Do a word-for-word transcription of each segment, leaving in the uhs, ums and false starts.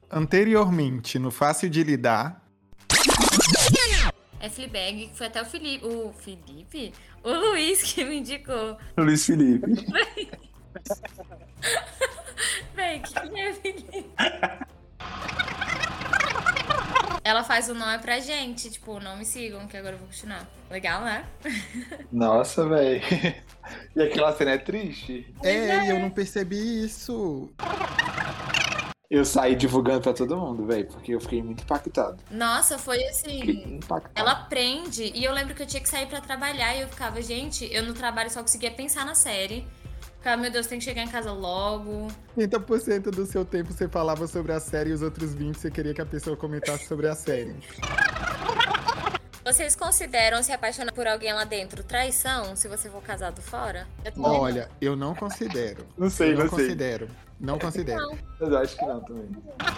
Anteriormente, no Fácil de Lidar. É Fleabag, que foi até o Felipe. O Felipe? O Luiz que me indicou. Luiz Felipe. Véi, que que é Felipe? Ela faz o não é pra gente, tipo, não me sigam, que agora eu vou continuar. Legal, né? Nossa, velho. E aquela cena é triste? É, e eu não percebi isso. Eu saí divulgando pra todo mundo, velho, porque eu fiquei muito impactado. Nossa, foi Fiquei assim. impactado. Ela aprende. E eu lembro que eu tinha que sair pra trabalhar e eu ficava, gente, eu no trabalho só conseguia pensar na série. Ficava, meu Deus, tem que chegar em casa logo. trinta por cento do seu tempo você falava sobre a série e os outros vinte por cento você queria que a pessoa comentasse sobre a série. Vocês consideram se apaixonar por alguém lá dentro traição, se você for casado fora? Eu também não. Olha, eu não considero. Não sei, eu não não sei. considero. Não considero. Não. Mas eu acho que não também.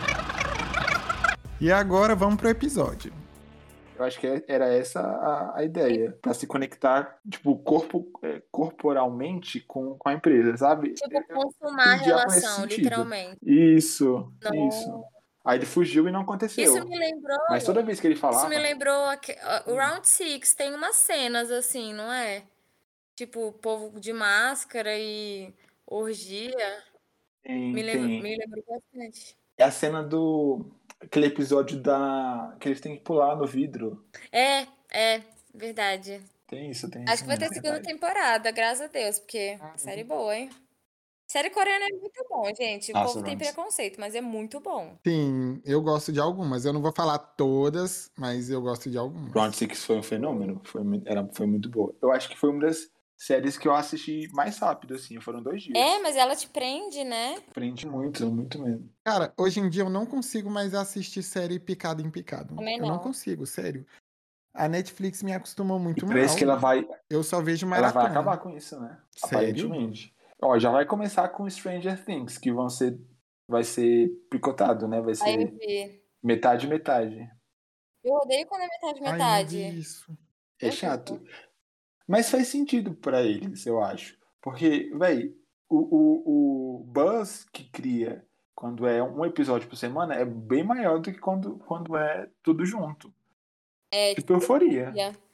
E agora vamos pro episódio. Eu acho que era essa a, a ideia. Pra se conectar, tipo, corpo, é, corporalmente com, com a empresa, sabe? Tipo, consumar a entendi ela nesse relação, sentido. literalmente. Isso, Não. isso. Aí ele fugiu e não aconteceu. Isso me lembrou. Mas toda vez que ele falava... Isso me lembrou aque- o Round Six tem umas cenas assim, não é? Tipo, povo de máscara e orgia. Tem, Me lembro, tem. me lembrou bastante. É a cena do... Aquele episódio da... Que eles têm que pular no vidro. É, é, verdade. Tem isso, tem Acho isso que vai ter mesmo, segunda verdade. temporada, graças a Deus, porque Ah, série boa, hein? Série coreana é muito bom, gente. O Nossa, povo tem vamos. preconceito, mas é muito bom. Sim, eu gosto de algumas. Eu não vou falar todas, mas eu gosto de algumas. Round Six foi um fenômeno. Foi, mu- era, foi muito boa. Eu acho que foi uma das séries que eu assisti mais rápido, assim. Foram dois dias. É, mas ela te prende, né? Prende muito, muito mesmo. Cara, hoje em dia eu não consigo mais assistir série picado em picado. Também Eu não não. consigo, sério. A Netflix me acostumou muito mal. Parece que ela vai, Eu só vejo ela maratona. vai acabar com isso, né? Sério? Aparentemente. Ó, já vai começar com Stranger Things, que vão ser... Vai ser picotado, né? Vai Aí eu ser vi. metade, metade. Eu odeio quando é metade, Ai, não metade. vi isso. É Eu chato. Mas faz sentido pra eles, eu acho. Porque, véi, o, o, o buzz que cria quando é um episódio por semana é bem maior do que quando, quando é tudo junto. É, Tipo euforia.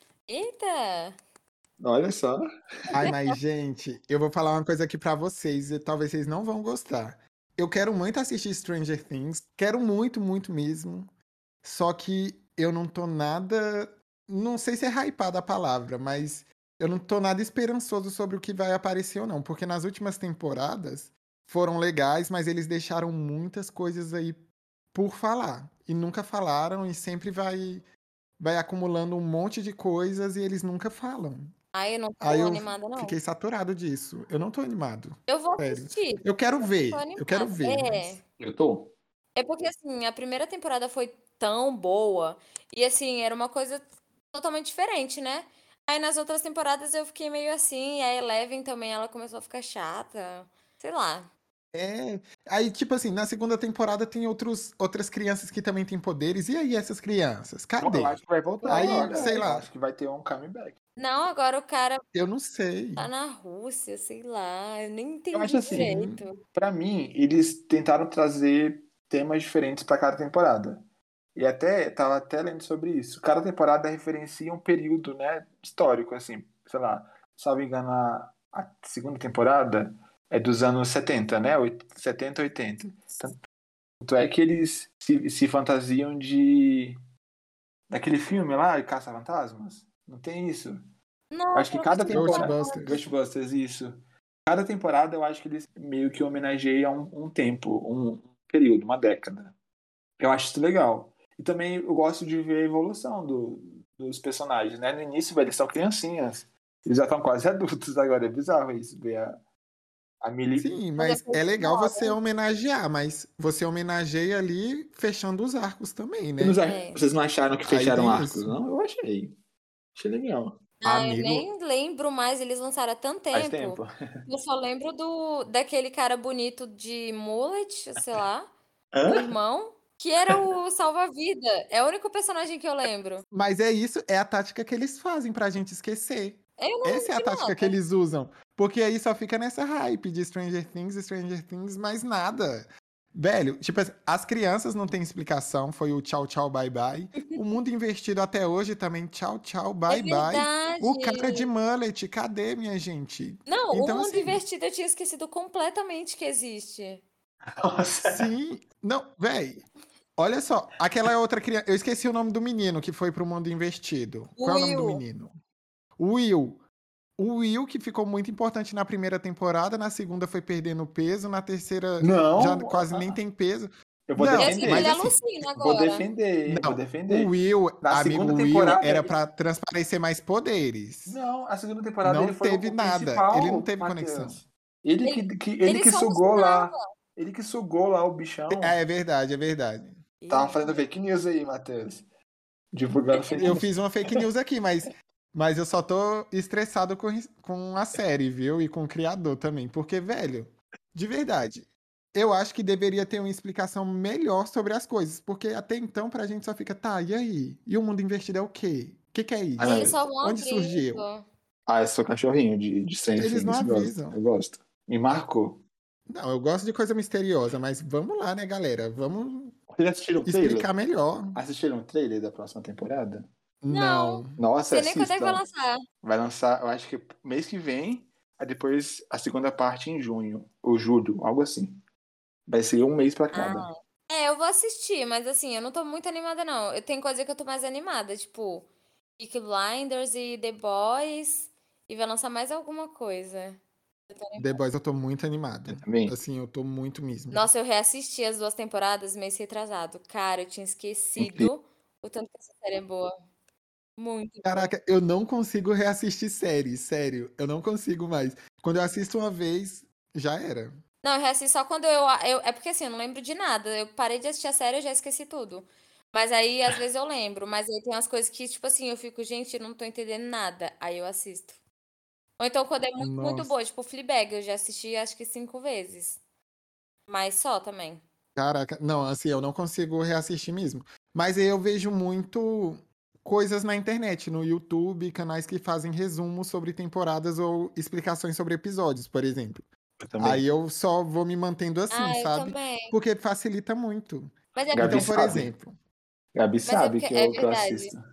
Eita! Olha só. Ai, mas, gente, eu vou falar uma coisa aqui pra vocês e talvez vocês não vão gostar. Eu quero muito assistir Stranger Things. Quero muito, muito mesmo. Só que eu não tô nada... Não sei se é hypada a palavra, mas eu não tô nada esperançoso sobre o que vai aparecer ou não. Porque nas últimas temporadas foram legais, mas eles deixaram muitas coisas aí por falar. E nunca falaram e sempre vai, vai acumulando um monte de coisas e eles nunca falam. Ai, eu não tô Aí eu animada, não. fiquei saturado disso. Eu não tô animado. Eu vou Sério. assistir. Eu quero ver. Tô Eu quero animada. ver. É. mas- Eu tô. É porque, assim, a primeira temporada foi tão boa. E, assim, era uma coisa totalmente diferente, né? Aí, nas outras temporadas, eu fiquei meio assim. A Eleven também, ela começou a ficar chata. Sei lá. É. Aí, tipo assim, na segunda temporada tem outros, outras crianças que também têm poderes. E aí, essas crianças? Cadê? Eu acho que vai voltar Aí, agora. sei Eu lá. acho que vai ter um comeback. Não, agora o cara Eu não sei. tá na Rússia, sei lá. Eu nem Eu acho entendi assim, direito. pra mim, eles tentaram trazer temas diferentes pra cada temporada. E até, tava até lendo sobre isso. Cada temporada referencia um período, né, histórico, assim. Sei lá, salvo engano, a, a segunda temporada é dos anos setenta, né? oit- setenta, oitenta. Tanto é que eles se, se fantasiam de... Daquele filme lá, Caça-Fantasmas. Não tem isso? Não, Acho que cada temporada... Ghostbusters. Ghostbusters, isso. Cada temporada eu acho que eles meio que homenageiam um, um tempo, um período, uma década. Eu acho isso legal. E também eu gosto de ver a evolução do, dos personagens, né? No início, velho, eles são criancinhas. Eles já estão quase adultos agora. É bizarro isso, ver a, a Millie... Sim, Mas mas é é legal moda. você homenagear, mas você homenageia ali fechando os arcos também, né? Vocês não- É. Vocês não acharam que Aí fecharam tem arcos, isso. não? Eu achei. Achei legal. Ah, eu Amigo, nem lembro mais, eles lançaram há tanto Faz tempo. tempo. Eu só lembro do daquele cara bonito de mullet, sei lá, o Hã? irmão, que era o salva-vida. É o único personagem que eu lembro. mas é isso, é a tática que eles fazem pra gente esquecer. Eu não Essa lembro é a de tática que nada. eles usam. Porque aí só fica nessa hype de Stranger Things, Stranger Things, mais nada. Velho, tipo, assim, as crianças não têm explicação, foi o tchau, tchau, bye, bye. O mundo invertido até hoje também, tchau, tchau, É bye, bye. O cara de verdade. mullet, cadê, minha gente? Não, o Então, mundo assim, invertido eu tinha esquecido completamente que existe. Nossa. sim. Não, velho. Olha só, aquela outra criança. Eu esqueci o nome do menino que foi pro mundo invertido. Qual é o nome do Will. menino? Will. O Will, que ficou muito importante na primeira temporada, na segunda foi perdendo peso, na terceira já Não, quase nem ah, tem peso. eu vou Eu Não, sei que ele mas defender. assim, alucina Vou agora. defender, vou não. O defender. Will, Na amigo segunda Will, temporada, era ele... pra transparecer mais poderes. Não, a segunda temporada Não ele foi o, teve o nada. Ele não principal, teve conexão. Matheus. Ele que, Ele, que, ele ele que só sugou alucinava. lá. Ele que sugou lá o Ah, bichão. é verdade, é verdade. Tava Ih, fazendo fake news aí, Matheus. Divulgando fake Eu news. fiz uma fake news aqui, mas, mas eu só tô estressado com, com a série, viu? E com o criador também. Porque, velho, de verdade, eu acho que deveria ter uma explicação melhor sobre as coisas. Porque até então, pra gente só fica, tá, e aí? E o mundo invertido é o quê? O que, que é Ah, eles isso? não. só vão Onde surgiu? abrindo. Ah, eu sou cachorrinho de, de Stranger Eles não Things. Gosto. avisam. Eu gosto. Me marcou. Não, eu gosto de coisa misteriosa, mas vamos lá, né, galera? Vamos Vocês assistiram o explicar trailer? melhor. Assistiram o trailer da próxima temporada? Não, Não. Nossa, sei nem quando é que vai assistam. lançar. Vai lançar, eu acho que mês que vem, aí depois a segunda parte em junho, ou julho, algo assim. Vai ser um mês pra Ah. cada. É, eu vou assistir, mas assim, eu não tô muito animada, não. Eu tenho coisa que eu tô mais animada, tipo, Peaky Blinders e The Boys. E vai lançar mais alguma coisa. Eu tô The animada. Boys eu tô muito Eu animado. também. Assim, eu tô muito mesmo. Nossa, eu reassisti as duas temporadas mês retrasado. Cara, eu tinha Incrível. esquecido o tanto que essa série é boa. Muito boa. Caraca, eu não consigo reassistir séries, sério. Eu não consigo mais. Quando eu assisto uma vez, já era. Não, eu reassisto só quando eu, eu. É porque assim, eu não lembro de nada. Eu parei de assistir a série e eu já esqueci tudo. Mas aí, às vezes, eu lembro. Mas aí tem umas coisas que, tipo assim, eu fico, gente, eu não tô entendendo nada. Aí eu assisto. Ou então, quando é muito, muito Nossa, boa, tipo Fleabag, eu já assisti acho que cinco vezes. Mas só também. caraca. Não, assim, eu não consigo reassistir mesmo. Mas aí eu vejo muito coisas na internet, no YouTube, canais que fazem resumos sobre temporadas ou explicações sobre episódios, por exemplo. Eu também. Aí eu só vou me mantendo assim, Ah, eu sabe? também. Porque facilita muito. Mas é, Gabi Então, por sabe. exemplo, Gabi mas é sabe porque que é eu, que eu verdade. assisto.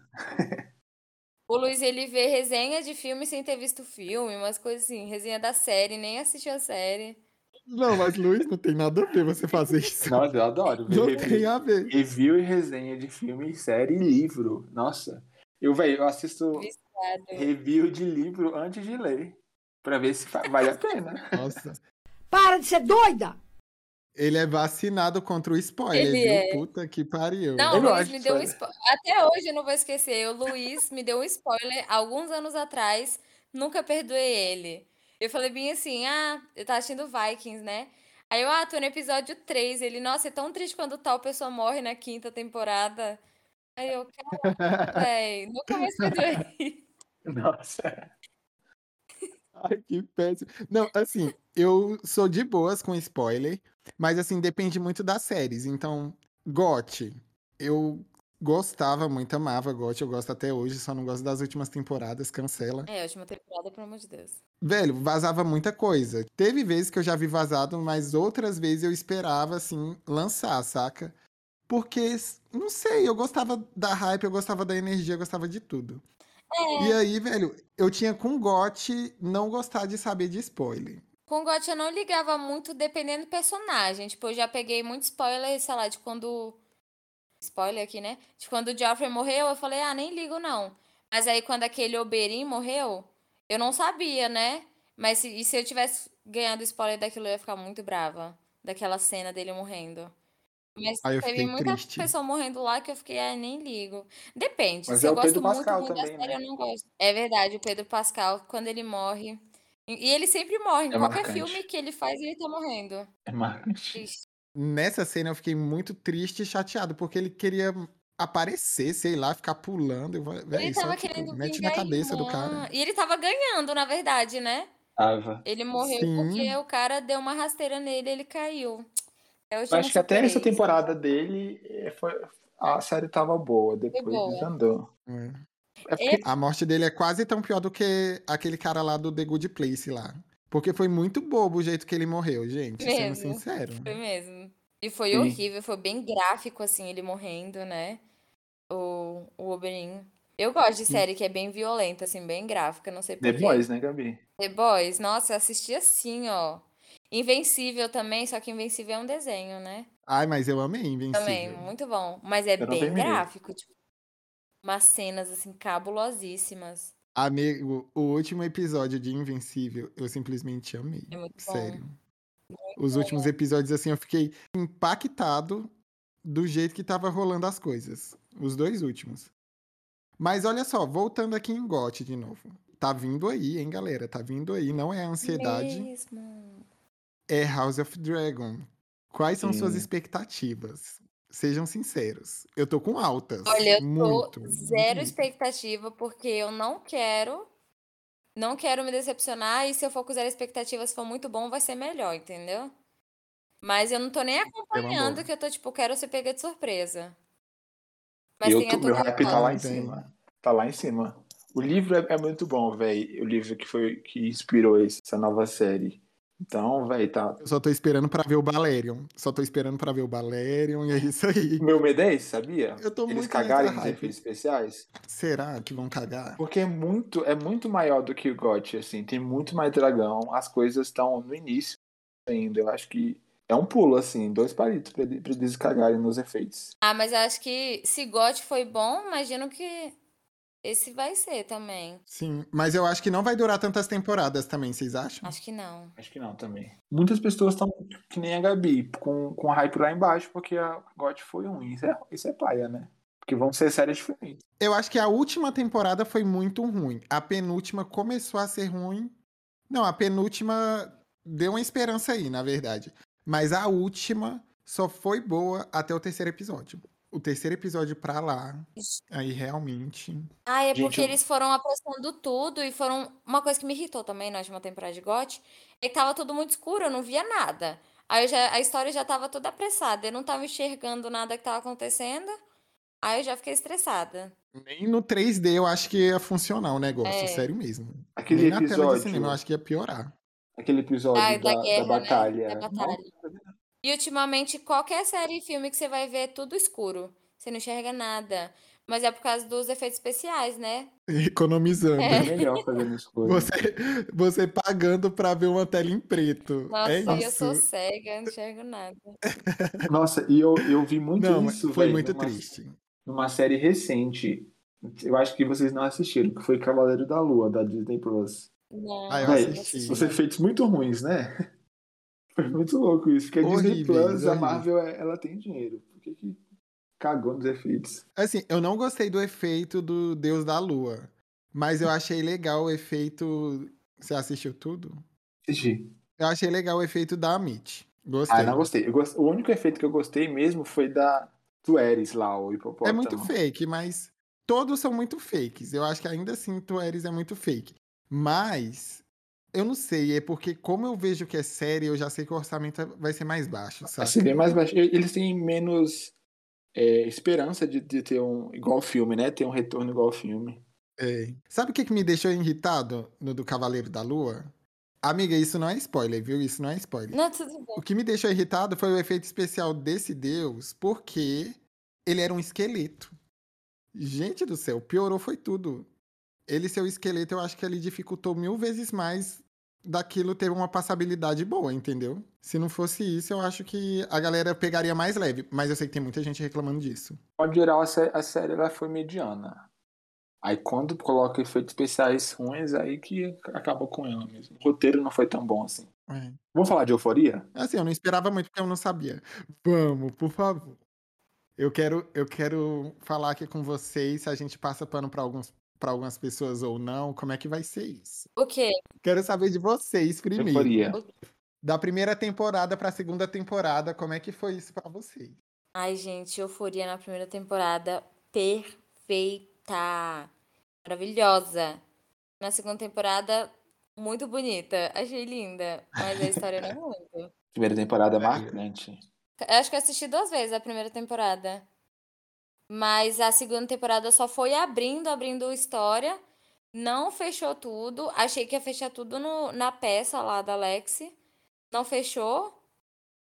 O Luiz, ele vê resenha de filme sem ter visto o filme, umas coisas assim, resenha da série, nem assistiu a série. não, mas Luiz, não tem nada a ver você fazer isso. Nossa, eu adoro ver Não tem review, a ver. review e resenha de filme, série e livro. Nossa. Eu, velho, eu assisto Viciado. review de livro antes de ler. Pra ver se fa- vale a pena. Nossa. Para de ser doida! Ele é vacinado contra o spoiler, Ele viu? é. Puta que pariu. Não, o Eu Luiz gosto me de deu um spoiler. spoiler. Até hoje eu não vou esquecer. O Luiz me deu um spoiler alguns anos atrás. Nunca perdoei ele. Eu falei bem assim: ah, eu tava assistindo Vikings, né? Aí eu, ah, tô no episódio três. Ele, nossa, é tão triste quando tal pessoa morre na quinta temporada. Aí eu, caraca, véi, nunca mais perdoei. Nossa. Ai, que péssimo. Não, assim, eu sou de boas com spoiler, mas assim, depende muito das séries. Então, GOT, eu gostava muito, amava GOT, eu gosto até hoje, só não gosto das últimas temporadas, cancela. É, a última temporada, pelo amor de Deus. Velho, vazava muita coisa. Teve vezes que eu já vi vazado, mas outras vezes eu esperava, assim, lançar, saca? Porque, não sei, eu gostava da hype, eu gostava da energia, eu gostava de tudo. E É, aí, velho, eu tinha com GOT não gostar de saber de spoiler. com GOT eu não ligava muito dependendo do personagem. Tipo, eu já peguei muito spoiler, sei lá, de quando. Spoiler aqui, né? De quando o Joffrey morreu, eu falei, ah, nem ligo não. Mas aí quando aquele Oberyn morreu, eu não sabia, né? Mas se, e se eu tivesse ganhado spoiler daquilo, eu ia ficar muito brava. Daquela cena dele morrendo. Mas Aí eu teve fiquei muita triste. pessoa morrendo lá que eu fiquei, ah, nem ligo. Depende. Mas Se é eu o Pedro gosto muito, Pascal muito da também, série, eu né? não gosto. É verdade, o Pedro Pascal, quando ele morre. E e ele sempre morre. Em É qualquer filme marcante. que ele faz, ele tá morrendo. É marcante. Triste. Nessa cena eu fiquei muito triste e chateado, porque ele queria aparecer, sei lá, ficar pulando. Eu, Ele véi, só, tava tipo, querendo mete na vingar a cabeça do irmã. cara. E ele tava ganhando, na verdade, né? Tava. Ele morreu porque Sim, o cara deu uma rasteira nele e ele caiu. Até hoje Eu eu não acho que até essa superei isso. temporada dele eh, foi, a série tava boa, Foi depois boa. desandou. é. É E porque A morte dele é quase tão pior do que aquele cara lá do The Good Place lá. Porque foi muito bobo o jeito que ele morreu, gente, sendo mesmo. sincero. Foi mesmo. E foi Sim. horrível, foi bem gráfico, assim, ele morrendo, né? O, o Oberyn. Eu gosto de série que é bem violenta, assim, bem gráfica, não sei The por quê. Boys, né, Gabi? The Boys, nossa, eu assisti assim, ó. Invencível também, só que Invencível é um desenho, né? Ai, mas eu amei Também, Invencível. muito bom. Mas é Eu não bem terminei. gráfico, tipo, umas cenas, assim, cabulosíssimas. Amigo, o último episódio de Invencível, eu simplesmente amei. É muito bom. Sério. Os últimos episódios, assim, eu fiquei impactado do jeito que tava rolando as coisas. Os dois últimos. Mas olha só, voltando aqui em G O T de novo. Tá vindo aí, hein, galera? Tá vindo aí. Não é ansiedade, Mesmo. é House of Dragon. Quais são suas Sim. expectativas? Sejam sinceros. Eu tô com altas. Olha, eu tô muito, muito zero mesmo. expectativa, porque eu não quero, não quero me decepcionar, e se eu for com zero expectativa, se for muito bom, vai ser melhor, entendeu? Mas eu não tô nem É uma acompanhando, boa. que eu tô, tipo, quero ser pega de surpresa. Mas Eu tem tô, meu ator hype tá lá Ai, em bem. cima. Tá lá em cima. O livro é, é muito bom, velho. O livro que foi que inspirou esse- essa nova série. Então, velho, tá. Eu só tô esperando pra ver o Balerion. Só tô esperando pra ver o Balerion e é isso aí. O meu medo é esse, sabia? Eu tô Eles muito nessa cagarem nos hype. efeitos especiais. Será que vão cagar? Porque é muito, é muito maior do que o G O T, assim. Tem muito mais dragão. As coisas estão no início ainda. Eu acho que é um pulo, assim. Dois palitos pra, pra eles cagarem nos efeitos. Ah, mas eu acho que se G O T foi bom, imagino que esse vai ser também. Sim, mas eu acho que não vai durar tantas temporadas também, vocês acham? Acho que não. Acho que não também. Muitas pessoas estão que nem a Gabi, com, com hype lá embaixo, porque a G O T foi ruim. Isso é, isso é paia, né? Porque vão ser séries diferentes. Eu acho que a última temporada foi muito ruim. A penúltima começou a ser ruim. Não, a penúltima deu uma esperança aí, na verdade. Mas a última só foi boa até o terceiro episódio. O terceiro episódio pra lá, aí realmente. Ah, é Gente, porque eu- eles foram apressando tudo e foram. Uma coisa que me irritou também na última temporada de G O T é que tava tudo muito escuro, eu não via nada. Aí eu já- a história já tava toda apressada, eu não tava enxergando nada que tava acontecendo. Aí eu já fiquei estressada. Nem no três D eu acho que ia funcionar o negócio, É. sério mesmo. aquele Nem na tela de cinema eu episódio, acho que ia piorar. aquele episódio Ai, da da, da guerra, né? Da batalha. Não, batalha. E ultimamente, qualquer série e filme que você vai ver é tudo escuro. Você não enxerga nada. Mas é por causa dos efeitos especiais, né? Economizando. é É. melhor fazer no escuro. Você, você pagando pra ver uma tela em preto. É Nossa, e eu sou isso. cega, eu não enxergo nada. Nossa, e eu, eu vi muito Não, mas isso, foi velho, muito numa, triste. numa série recente. Eu acho que vocês não assistiram, que foi Cavaleiro da Lua, da Disney Plus. Ah, eu Não, Véi, não assisti, assisti. os não. efeitos muito ruins, né? Foi muito louco isso. Porque a Disney Horríveis, Plus, a horríveis. Marvel, é- ela tem dinheiro. Por que, que cagou nos efeitos? Assim, eu não gostei do efeito do Deus da Lua. Mas eu achei legal o efeito. Você assistiu tudo? Assisti. Eu achei legal o efeito da Amit. Ah, não Gostei. gostei. Eu gost... O único efeito que eu gostei mesmo foi da do Ares lá, o É muito hipopótamo. fake, mas todos são muito fakes. Eu acho que ainda assim tu Eres é muito fake. Mas eu não sei, é porque como eu vejo que é série, eu já sei que o orçamento vai ser mais baixo, Vai ser saca? bem mais baixo. E- Eles têm menos é, esperança de, de ter um. Igual ao filme, né? Ter um retorno igual ao filme. É. Sabe o que, que me deixou irritado no do Cavaleiro da Lua? Amiga, isso não é spoiler, viu? Isso não é spoiler. Não, tudo bem. O que me deixou irritado foi o efeito especial desse deus, porque ele era um esqueleto. Gente do céu, piorou foi tudo. Ele ser o esqueleto, eu acho que ele dificultou mil vezes mais daquilo ter uma passabilidade boa, entendeu? Se não fosse isso, eu acho que a galera pegaria mais leve. Mas eu sei que tem muita gente reclamando disso. De geral, a, sé- a série ela foi mediana. Aí quando coloca efeitos especiais ruins, aí que acaba com ela mesmo. O roteiro não foi tão bom assim. É. Vamos falar de Euforia? Assim, eu não esperava muito porque eu não sabia. Vamos, por favor. Eu quero, eu quero falar aqui com vocês se a gente passa pano para alguns, para algumas pessoas ou não. Como é que vai ser isso? O quê? Quero saber de vocês primeiro. Euforia. Da primeira temporada para a segunda temporada, como é que foi isso para vocês? Ai, gente, Euforia na primeira temporada, perfeita. Maravilhosa. Na segunda temporada, muito bonita. Achei linda. Mas a história não é muito. Primeira temporada marcante. Eu acho que eu assisti duas vezes a primeira temporada. Mas a segunda temporada só foi abrindo, abrindo história. Não fechou tudo. Achei que ia fechar tudo no, na peça lá da Lexi. Não fechou.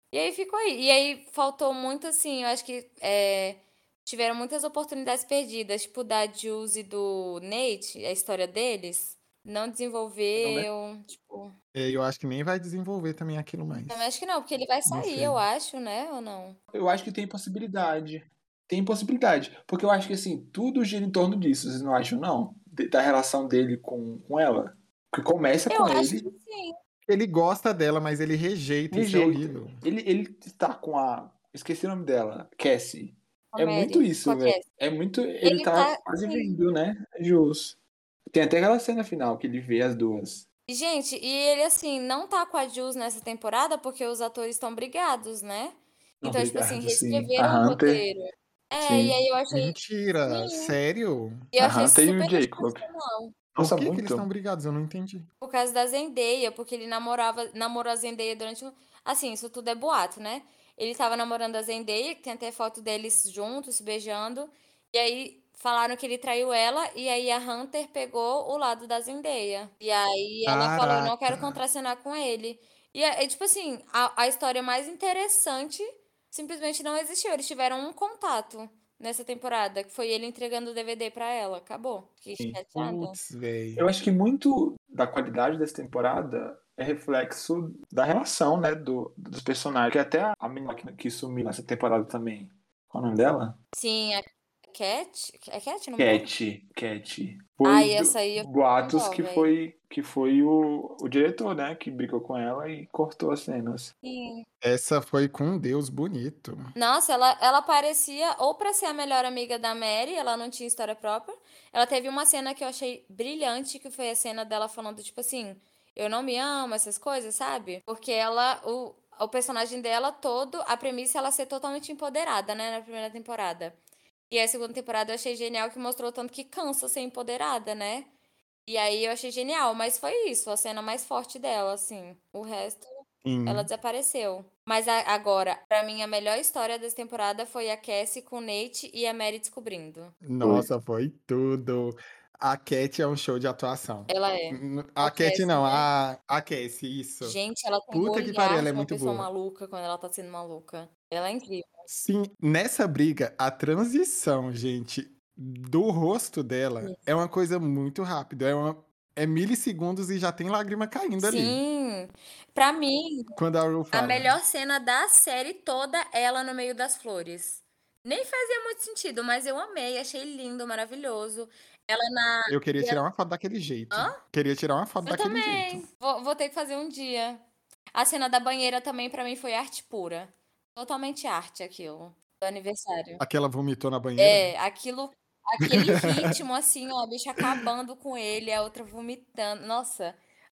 E aí ficou aí. E aí faltou muito, assim, eu acho que é, tiveram muitas oportunidades perdidas, tipo da Jules e do Nate, a história deles. Não Eu não desenvolveu, tipo. É, eu acho que nem vai desenvolver também aquilo Também mais. acho que não, porque ele vai Não sair, eu sei. acho, né? Ou não? Eu acho que tem possibilidade. Tem possibilidade. Porque eu acho que, assim, tudo gira em torno disso, vocês não acham, não? De- Da relação dele com, com ela. Que começa Eu com acho que ele, sim. Ele gosta dela, mas ele rejeita, isso é rejeita. horrível. Ele, ele tá com a. Esqueci o nome dela. Cassie. Com a É muito Mary, com a isso, velho. Cassie. É muito. Ele Ele tá tá, quase sim. vendo, né? Jus. Tem até aquela cena final que ele vê as duas. Gente, e ele, assim, não tá com a Jules nessa temporada porque os atores estão brigados, né? Então, tipo assim, Obrigado, sim. A reescreveram o Hunter, roteiro. É, e sim. aí eu achei. Mentira, Sim. sério? E eu A achei Hunter e o super Jacob. desproporcional. Por Nossa, que que eles estão muito. brigados? Eu não entendi. Por causa da Zendaya, porque ele namorava, namorou a Zendaya durante um. Assim, isso tudo é boato, né? Ele tava namorando a Zendaya, que tem até foto deles juntos, se beijando. E aí falaram que ele traiu ela, e aí a Hunter pegou o lado da Zendaya. E aí ela falou: não quero Caraca. contracenar com ele. E é, é tipo assim, a, a história mais interessante simplesmente não existiu. Eles tiveram um contato nessa temporada, que foi ele entregando o D V D pra ela. Acabou. Fiquei Sim. chateada. Putz, velho. Eu acho que muito da qualidade dessa temporada é reflexo da relação, né, do, dos personagens. Que até a menina que, que sumiu nessa temporada também. Qual é o nome dela? Sim, a Cat. É Cat o nome dela? Cat. Cat. Foi Ai, do- essa aí eu fiquei com boatos dó, que velho. foi, que foi o, o diretor, né, que brigou com ela e cortou as cenas. Sim. Essa foi com um Deus bonito. Nossa, ela, ela parecia ou pra ser a melhor amiga da Mary, ela não tinha história própria. Ela teve uma cena que eu achei brilhante, que foi a cena dela falando, tipo assim, eu não me amo, essas coisas, sabe? Porque ela, o, o personagem dela todo, a premissa é ela ser totalmente empoderada, né, na primeira temporada. E a segunda temporada eu achei genial que mostrou o tanto que cansa ser empoderada, né? E aí eu achei genial, mas foi isso, a cena mais forte dela, assim. O resto, ela Sim. desapareceu. Mas a- agora, pra mim, a melhor história dessa temporada foi a Cassie com o Nate e a Mary descobrindo. Foi. Nossa, foi tudo. A Cat é um show de atuação. Ela é. N- A A Cat Cassie, não, né? a, a Cassie, isso. Gente, ela tem o Puta que pariu, olhar ela é de uma muito pessoa boa. maluca quando ela tá sendo maluca. Ela é incrível. Sim, nessa briga, a transição, gente, do rosto dela é uma coisa muito rápida. É, uma, é milissegundos e já tem lágrima caindo ali. Sim, pra mim, Quando a Ru a fala. melhor cena da série toda é ela no meio das flores. Nem fazia muito sentido, mas eu amei, achei lindo, maravilhoso. Ela na. Eu queria tirar uma foto daquele jeito. Hã? Queria tirar uma foto Eu daquele jeito. também. Vou, vou ter que fazer um dia. A cena da banheira também, pra mim, foi arte pura. Totalmente arte aquilo. Do aniversário. Aquela vomitou na banheira. É, aquilo. Aquele ritmo, assim, ó, a bicha acabando com ele, a outra vomitando. Nossa,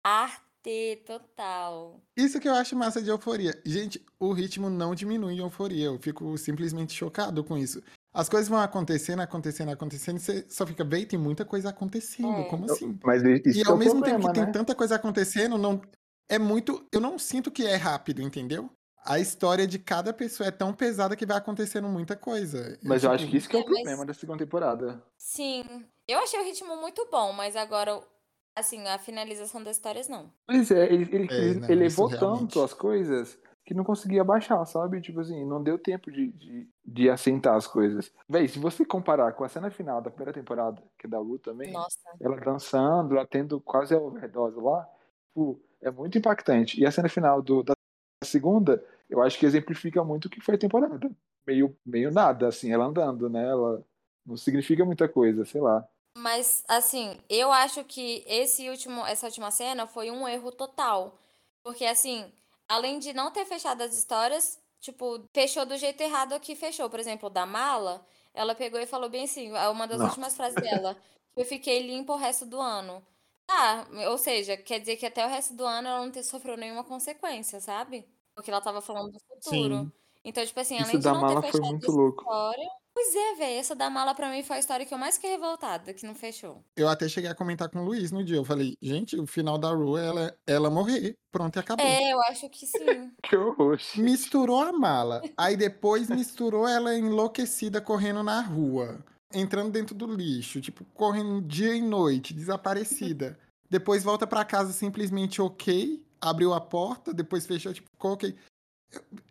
arte total. Isso que eu acho massa de Euforia. Gente, o ritmo não diminui em Euforia. Eu fico simplesmente chocado com isso. As coisas vão acontecendo, acontecendo, acontecendo, e você só fica, véi, tem muita coisa acontecendo. É. Como assim? Mas E isso que é ao o mesmo tempo que problema, tem né? tanta coisa acontecendo, não é muito. Eu não sinto que é rápido, entendeu? A história de cada pessoa é tão pesada que vai acontecendo muita coisa. Eu, Mas eu acho que tipo, isso que é o É, mas problema da segunda temporada. sim. Eu achei o ritmo muito bom, mas agora, assim, a finalização das histórias não. Pois é, ele, ele, é, ele não, isso elevou tanto realmente. as coisas que não conseguia baixar, sabe? Tipo assim, não deu tempo de, de, de assentar as coisas. Véi, se você comparar com a cena final da primeira temporada, que é da Ru também, Nossa. ela dançando, ela tendo quase a overdose lá, pô, é muito impactante. E a cena final do, da segunda, eu acho que exemplifica muito o que foi a temporada. Meio, meio nada, assim, ela andando, né? Ela não significa muita coisa, sei lá. Mas, assim, eu acho que esse último, essa última cena foi um erro total. Porque, assim, além de não ter fechado as histórias, tipo, fechou do jeito errado que fechou. Por exemplo, da mala, ela pegou e falou bem assim, uma das Não. últimas frases dela, eu fiquei limpa o resto do ano. Tá, ou seja, quer dizer que até o resto do ano ela não ter, sofreu nenhuma consequência, sabe? Porque ela tava falando do futuro. Sim. Então, tipo assim, Isso além de da não ter mala foi fechado muito essa louco. história. Pois é, velho, essa da mala pra mim foi a história que eu mais fiquei revoltada, que não fechou. Eu até cheguei a comentar com o Luiz no dia. Eu falei, gente, o final da Ru é ela, ela morrer. Pronto, e acabou. É, eu acho que sim. Que horror, gente. Misturou a mala. Aí depois misturou ela enlouquecida correndo na rua. Entrando dentro do lixo. Tipo, correndo dia e noite, desaparecida. Depois volta pra casa simplesmente ok. Abriu a porta, depois fechou, tipo, ficou ok.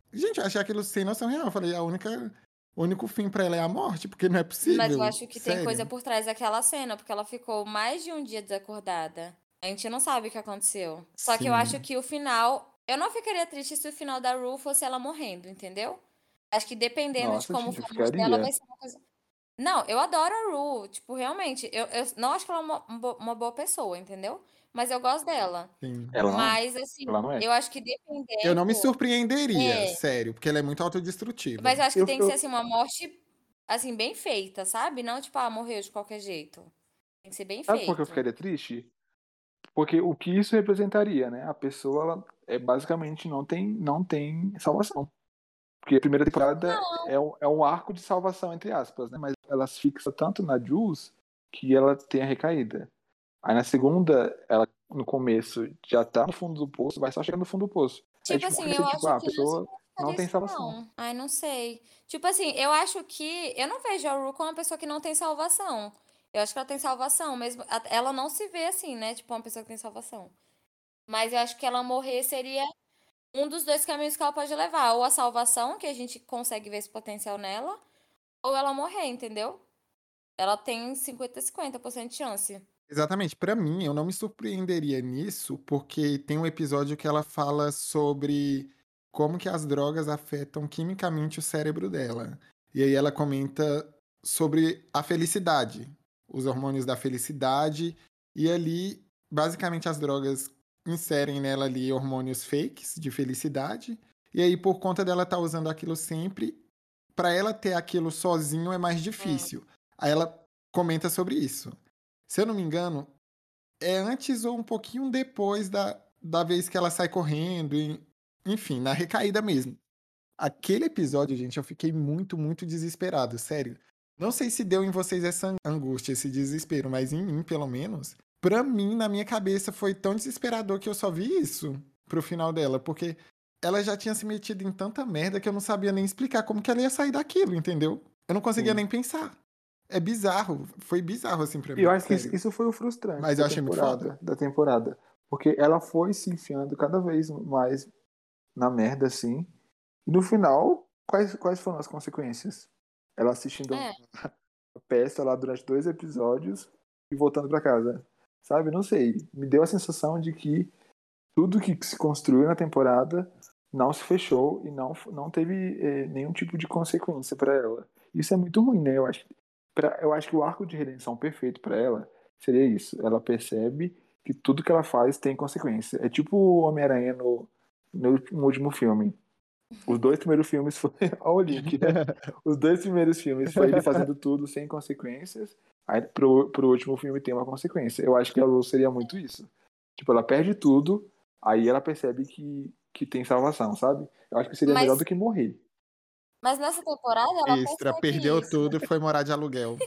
Gente, eu achei aquilo sem noção real. Eu falei, a única, o único fim pra ela é a morte, porque não é Mas eu possível. acho que tem coisa Sério. por trás daquela cena, porque ela ficou mais de um dia desacordada. A gente não sabe o que aconteceu. Só que eu acho Sim. que o final. Eu não ficaria triste se o final da Rue fosse ela morrendo, entendeu? Acho que dependendo de Nossa, como gente, eu for a morte dela, ficaria. vai ser uma coisa. Não, eu adoro a Rue. Tipo, realmente, eu, eu não acho que ela é uma, uma bo- uma boa pessoa, entendeu? Mas eu gosto dela. Sim. Ela não é. Mas, assim, Ela não é. eu acho que Eu não me dependendo. surpreenderia, É. sério, porque ela é muito Mas autodestrutiva. eu acho que Eu, tem que ser, eu, assim, uma morte, assim, bem feita, sabe? Não, tipo, ah, morreu de qualquer jeito. Tem que ser bem sabe por que eu feito. ficaria triste? Porque o que isso representaria, né? A pessoa, ela é, basicamente não tem, não tem salvação. Porque a primeira temporada Não. é um, é um arco de salvação, entre aspas, né? Mas ela se fixa tanto na Jules que ela tem a recaída. Aí na segunda, ela no começo já tá no fundo do poço, vai só chegando no fundo do poço. Aí Tipo tipo, assim, começa eu tipo, acho ah, a que não pessoa não significaria tem isso, salvação. não. Ai, não sei. Tipo assim, eu acho que. Eu não vejo a Ru como uma pessoa que não tem salvação. Eu acho que ela tem salvação, mesmo. a- Ela não se vê assim, né? Tipo, uma pessoa que tem salvação. Mas eu acho que ela morrer seria um dos dois caminhos que ela pode levar. Ou a salvação, que a gente consegue ver esse potencial nela, ou ela morrer, entendeu? Ela tem cinquenta cinquenta por cento de chance. Exatamente. Pra mim, eu não me surpreenderia nisso, porque tem um episódio que ela fala sobre como que as drogas afetam quimicamente o cérebro dela. E aí ela comenta sobre a felicidade, os hormônios da felicidade, e ali, basicamente, as drogas inserem nela ali hormônios fakes de felicidade, e aí por conta dela estar usando aquilo sempre, pra ela ter aquilo sozinho é mais Hum. difícil. Aí ela comenta sobre isso. Se eu não me engano, é antes ou um pouquinho depois da, da vez que ela sai correndo, e, enfim, na recaída mesmo. Aquele episódio, gente, eu fiquei muito, muito desesperado, sério. Não sei se deu em vocês essa angústia, esse desespero, mas em mim, pelo menos, pra mim, na minha cabeça, foi tão desesperador que eu só vi isso pro final dela, porque ela já tinha se metido em tanta merda que eu não sabia nem explicar como que ela ia sair daquilo, entendeu? Eu não conseguia Sim. nem pensar. É bizarro, foi bizarro assim pra E eu mim, acho que isso, sério. isso foi o frustrante Mas da eu achei muito foda. temporada, da temporada. Porque ela foi se enfiando cada vez mais na merda, assim. E no final, quais, quais foram as consequências? Ela assistindo É. a peça lá durante dois episódios e voltando pra casa. Sabe? Não sei. Me deu a sensação de que tudo que se construiu na temporada não se fechou e não, não teve eh, nenhum tipo de consequência pra ela. Isso é muito ruim, né? Eu acho, pra, eu acho que o arco de redenção perfeito pra ela seria isso. Ela percebe que tudo que ela faz tem consequência. É tipo o Homem-Aranha no, no, no último filme. Os dois primeiros filmes foi. Olha o link, né? Os dois primeiros filmes foi ele fazendo tudo sem consequências. Aí pro, pro último filme tem uma consequência. Eu acho que a Lu seria muito isso. Tipo, ela perde tudo, aí ela percebe que, que tem salvação, sabe? Eu acho que seria melhor do Mas, que morrer. mas nessa temporada ela Extra, perdeu percebe isso. tudo e foi morar de aluguel.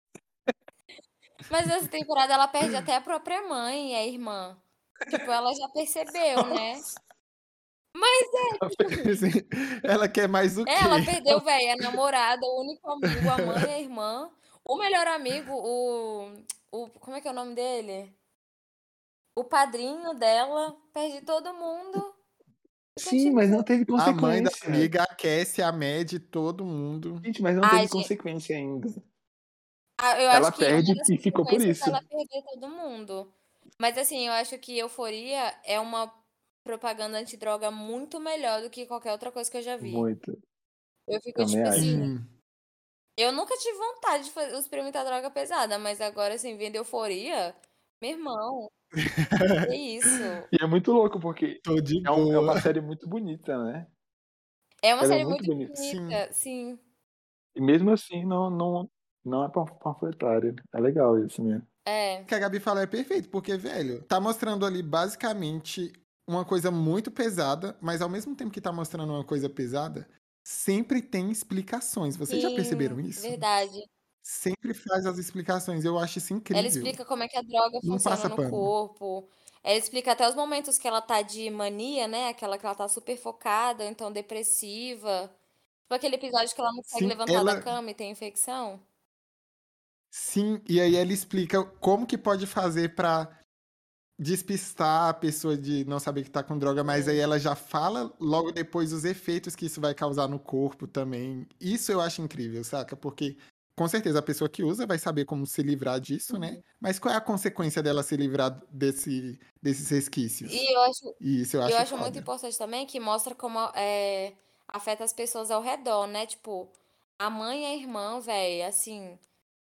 Mas nessa temporada ela perde até a própria mãe e a irmã. Tipo, ela já percebeu, né? Nossa, Mas Assim, ela quer mais o é, ela quê? perdeu, velho, a namorada, o único amigo, a mãe, a irmã, o melhor amigo, o, o, como é que é o nome dele? O padrinho dela, perde todo mundo e sim, mas não continua. teve A mãe da consequência. amiga, a Cassie, a Mad, todo mundo. Gente, mas não Ai, teve gente, consequência ainda. ah, eu Ela acho que uma perde das e ficou por consequências é isso. ela perder todo mundo. Mas assim, eu acho que Euforia é uma propaganda antidroga muito melhor do que qualquer outra coisa que eu já vi. Muito. Eu fico Também tipo acho. assim, Sim. eu nunca tive vontade de fazer, experimentar droga pesada, mas agora assim, vendo Euforia, meu irmão, que isso? E é muito louco, porque Tô de é, um- é boa. uma série muito bonita, né? É uma Ela é série muito muito bonita. Sim. bonita, sim. E mesmo assim, não, não, não é pan- panfletário. É legal isso mesmo. É. O que a Gabi fala é perfeito, porque, velho, tá mostrando ali basicamente uma coisa muito pesada, mas ao mesmo tempo que tá mostrando uma coisa pesada, sempre tem explicações. Vocês já perceberam Sim, isso? verdade. Sempre faz as explicações. Eu acho isso Ela incrível. explica como é que a droga Não funciona passa no pano. corpo. Ela explica até os momentos que ela tá de mania, né? Aquela que ela tá super focada, ou então depressiva. Tipo aquele episódio que ela não consegue Sim, levantar da ela. cama e tem infecção. Sim, e aí ela explica como que pode fazer pra despistar a pessoa de não saber que tá com droga, mas aí ela já fala logo depois os efeitos que isso vai causar no corpo também. Isso eu acho incrível, saca? Porque com certeza a pessoa que usa vai saber como se livrar disso, né? Mas qual é a consequência dela se livrar desse, desses resquícios? E eu acho, E isso eu eu acho acho muito foda. importante também que mostra como é, afeta as pessoas ao redor, né? Tipo, a mãe e a irmã, velho, assim,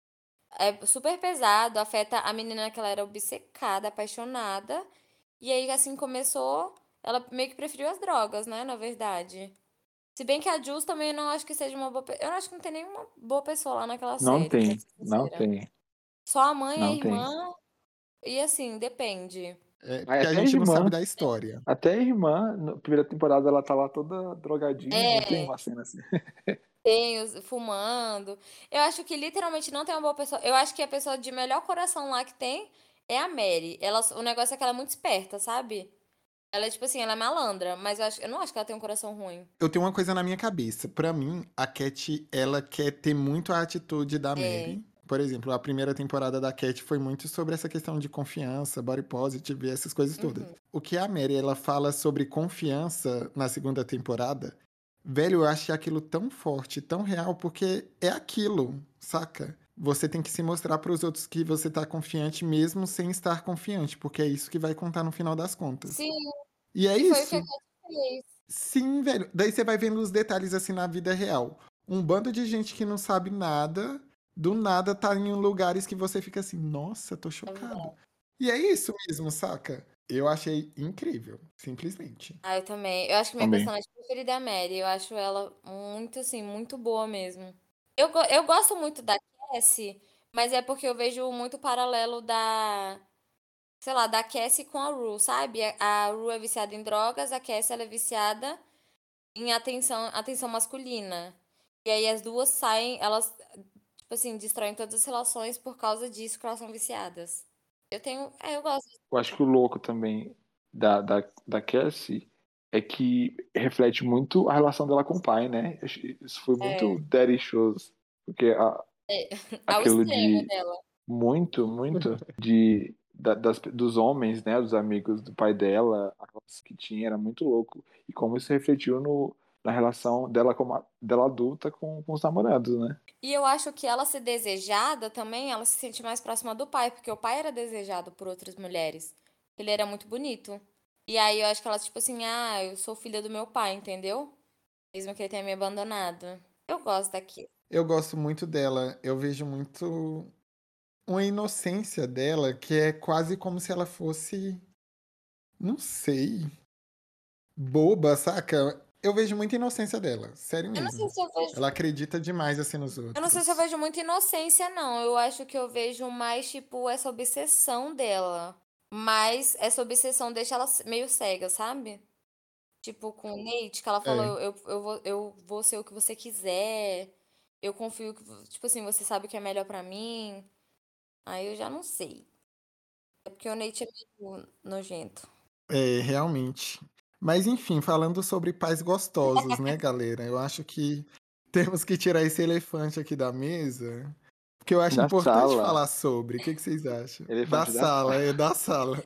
é super pesado, afeta a menina que ela era obcecada, apaixonada. E aí, assim, começou, ela meio que preferiu as drogas, né? Na verdade. Se bem que a Jules também não acho que seja uma boa pessoa. Eu acho que não tem nenhuma boa pessoa lá naquela Não série, pra tem, ser não sincera. tem, Só a mãe, a não tem. irmã, e assim, depende. É, Mas porque a até a gente não sabe irmã, da história. até a irmã, na primeira temporada ela tá lá toda drogadinha, não tem É, uma cena assim. tem os fumando. Eu acho que literalmente não tem uma boa pessoa. Eu acho que a pessoa de melhor coração lá que tem é a Mary. Ela, o negócio é que ela é muito esperta, sabe? Ela é tipo assim, ela é malandra, mas eu, acho, eu não acho que ela tem um coração ruim. Eu tenho uma coisa na minha cabeça. Pra mim, a Cat, ela quer ter muito a atitude da É. Mary. Por exemplo, a primeira temporada da Cat foi muito sobre essa questão de confiança, body positive e essas coisas todas. Uhum. O que a Mary, ela fala sobre confiança na segunda temporada, velho, eu achei aquilo tão forte, tão real, porque é aquilo, saca? Você tem que se mostrar pros outros que você tá confiante mesmo sem estar confiante, porque é isso que vai contar no final das contas. Sim, E é e foi o que a isso. Cat fez. Sim, velho. Daí você vai vendo os detalhes assim na vida real. Um bando de gente que não sabe nada, do nada tá em lugares que você fica assim, nossa, tô É chocado. verdade. E é isso mesmo, saca? Eu achei incrível, simplesmente. Ah, eu também. Eu acho que minha Também. personagem preferida é a Mary. Eu acho ela muito, assim, muito boa mesmo. Eu, go- eu gosto muito da Cassie, mas é porque eu vejo muito paralelo da, sei lá, da Cassie com a Rue, sabe? A a Rue é viciada em drogas, a Cassie ela é viciada em atenção, atenção masculina. E aí as duas saem, elas, tipo assim, destroem todas as relações por causa disso que elas são viciadas. Eu tenho, é, eu gosto. Eu acho que o louco também da, da, da Cassie é que reflete muito a relação dela com o pai, né? Isso foi muito É, daddy issues, porque a, é, ao aquilo extremo de dela. muito, muito de da- das, dos homens, né, dos amigos do pai dela, a relação que tinha era muito louco e como isso refletiu no, na relação dela como a- dela adulta com, com os namorados, né? E eu acho que ela ser desejada também, ela se sente mais próxima do pai, porque o pai era desejado por outras mulheres. Ele era muito bonito. E aí eu acho que ela, tipo assim, ah, eu sou filha do meu pai, entendeu? Mesmo que ele tenha me abandonado. Eu gosto daqui. Eu gosto muito dela. Eu vejo muito uma inocência dela que é quase como se ela fosse, não sei, boba, saca? Eu vejo muita inocência dela, sério Eu não sei mesmo. se eu vejo. Ela acredita demais assim nos Eu não sei se eu outros. vejo muita inocência, não. Eu acho que eu vejo mais, tipo, essa obsessão dela. Mas essa obsessão deixa ela meio cega, sabe? Tipo, com o Nate, que ela É. falou, eu, eu, vou, eu vou ser o que você quiser. Eu confio que, tipo assim, você sabe o que é melhor pra mim. Aí eu já não sei. É porque o Nate é meio nojento. É, realmente. Mas enfim, falando sobre pais gostosos, né, galera? Eu acho que temos que tirar esse elefante aqui da mesa, porque eu acho Da importante sala, falar sobre. O que que vocês acham? Da elefante da sala, sala. é da sala.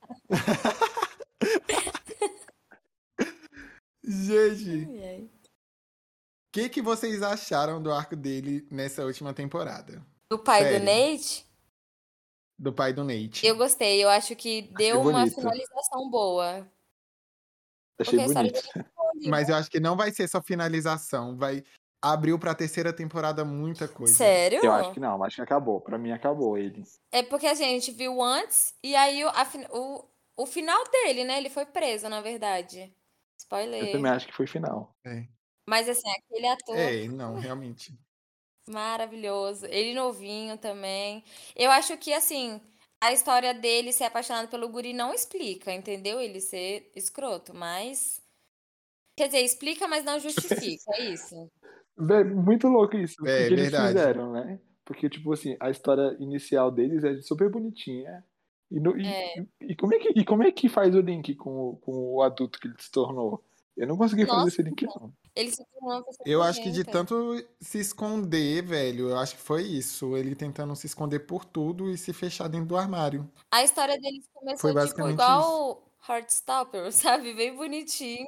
Gente, Ai, ai. o que que vocês acharam do arco dele nessa última temporada? Do pai do Sério, Nate, do pai do eu Nate. gostei. Eu acho que Achei deu uma bonito. finalização boa. Achei Porque a história bonito. dele ficou ali, Mas né? eu acho que não vai ser só finalização, vai abriu pra terceira temporada muita coisa. Eu acho Sério? que não, acho que acabou. Pra mim acabou ele. É porque a gente viu antes e aí o, a fin- o, o final dele, né? Ele foi preso, na verdade. Eu também Spoiler. acho que foi final. É, Mas assim, aquele ator é, não, realmente. maravilhoso. Ele novinho também. Eu acho que, assim, a história dele ser apaixonado pelo guri não explica, entendeu? Ele ser escroto, mas. Quer dizer, explica, mas não justifica, é isso. Vé, muito louco isso, o É que eles verdade. fizeram, né? Porque, tipo assim, a história inicial deles é super bonitinha. E, no- e, É. e como é que, e como é que faz o link com, o- com o adulto que ele se tornou? Eu não consegui fazer Nossa, esse link, não. Ele se tornou uma pessoa Eu acho que de nojenta. tanto se esconder, velho, eu acho que foi isso. Ele tentando se esconder por tudo e se fechar dentro do armário. A história deles Foi começou, tipo, basicamente isso. igual Heartstopper, sabe? Bem bonitinho.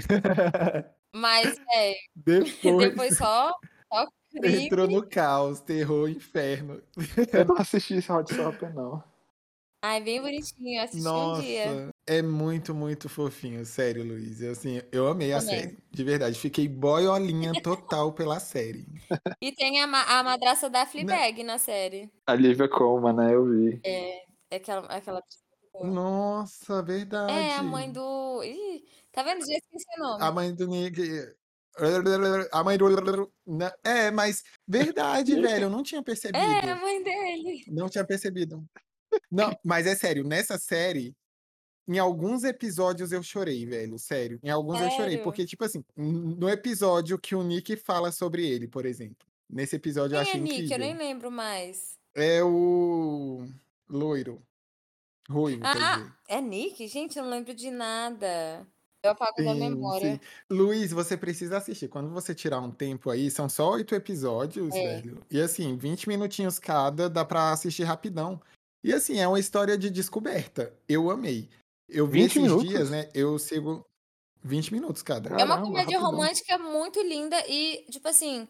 Mas, é, Depois depois só, só entrou crime. no caos, terror, inferno. Eu não assisti esse Hot Stopper, não. Ai, bem bonitinho. Assisti um dia Nossa, é muito, muito fofinho, sério, Luiz. Eu, assim, eu amei a também. série, de verdade. Fiquei boiolinha total pela série. E tem a, ma- a madraça da Na- Fleabag na série. A Lívia Colman, né? Eu vi. É, é aquela, aquela pessoa. Nossa, É, a mãe verdade. do. Ih, tá vendo? Já esqueci o A nome. mãe do Nick. A mãe do. Na- É, mas verdade, velho. Eu não tinha É, a percebido. mãe dele. Não tinha percebido. Não, mas é sério, nessa série, em alguns episódios eu chorei, velho. Sério. Em alguns eu chorei. Sério? Porque, tipo assim, no episódio que o Nick fala sobre ele, por exemplo. Nesse episódio eu Quem é achei Nick? Eu nem incrível. lembro mais. É o. Loiro. Ruivo, quer Ah, dizer. é Nick? Gente, eu não lembro de nada. Eu apago da Sim, sim. memória. Luiz, você precisa assistir. Quando você tirar um tempo aí, são só oito episódios, É. velho. E assim, vinte minutinhos cada, dá pra assistir rapidão. E assim, é uma história de descoberta. Eu amei. Eu vi vinte esses dias, minutos? né? Eu sigo vinte minutos cada. É uma Caramba, comédia rapidão. romântica muito linda e, tipo assim,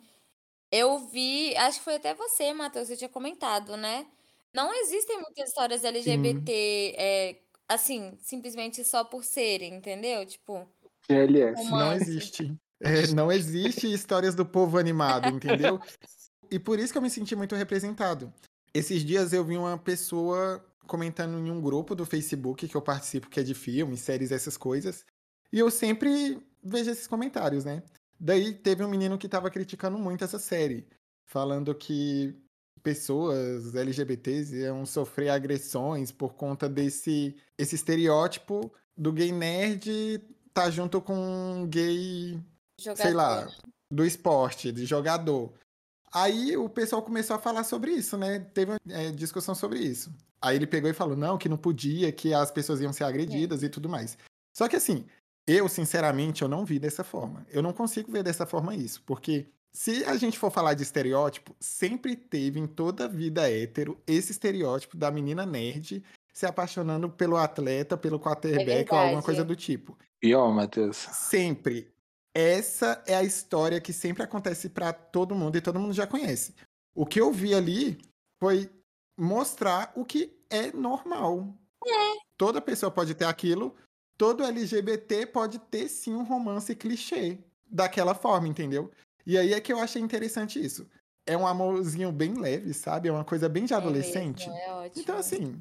eu vi, acho que foi até você, Matheus, você tinha comentado, né? Não existem muitas histórias Sim, L G B T, é, assim, simplesmente só por serem, entendeu? Tipo, G L S. não romance. existe. É, não existe histórias do povo animado, entendeu? E por isso que eu me senti muito representado. Esses dias eu vi uma pessoa comentando em um grupo do Facebook que eu participo, que é de filmes, séries, essas coisas. E eu sempre vejo esses comentários, né? Daí teve um menino que tava criticando muito essa série, falando que pessoas L G B Ts iam sofrer agressões por conta desse esse estereótipo do gay nerd tá junto com um gay, sei Jogador. lá, do esporte, de jogador. Aí o pessoal começou a falar sobre isso, né? Teve uma é, discussão sobre isso. Aí ele pegou e falou, não, que não podia, que as pessoas iam ser É. agredidas e tudo mais. Só que assim, eu, sinceramente, eu não vi dessa forma. Eu não consigo ver dessa forma isso, porque se a gente for falar de estereótipo, sempre teve em toda a vida hétero esse estereótipo da menina nerd se apaixonando pelo atleta, pelo É quarterback ou alguma coisa verdade. do tipo. Pior, Matheus. Sempre. Essa é a história que sempre acontece pra todo mundo e todo mundo já conhece. O que eu vi ali foi mostrar o que é normal. Toda pessoa pode ter aquilo, todo L G B T pode ter sim um romance clichê daquela forma, entendeu? E aí é que eu achei interessante isso. É um amorzinho bem leve, sabe? É uma coisa bem de É mesmo, adolescente. é Então, ótimo. assim,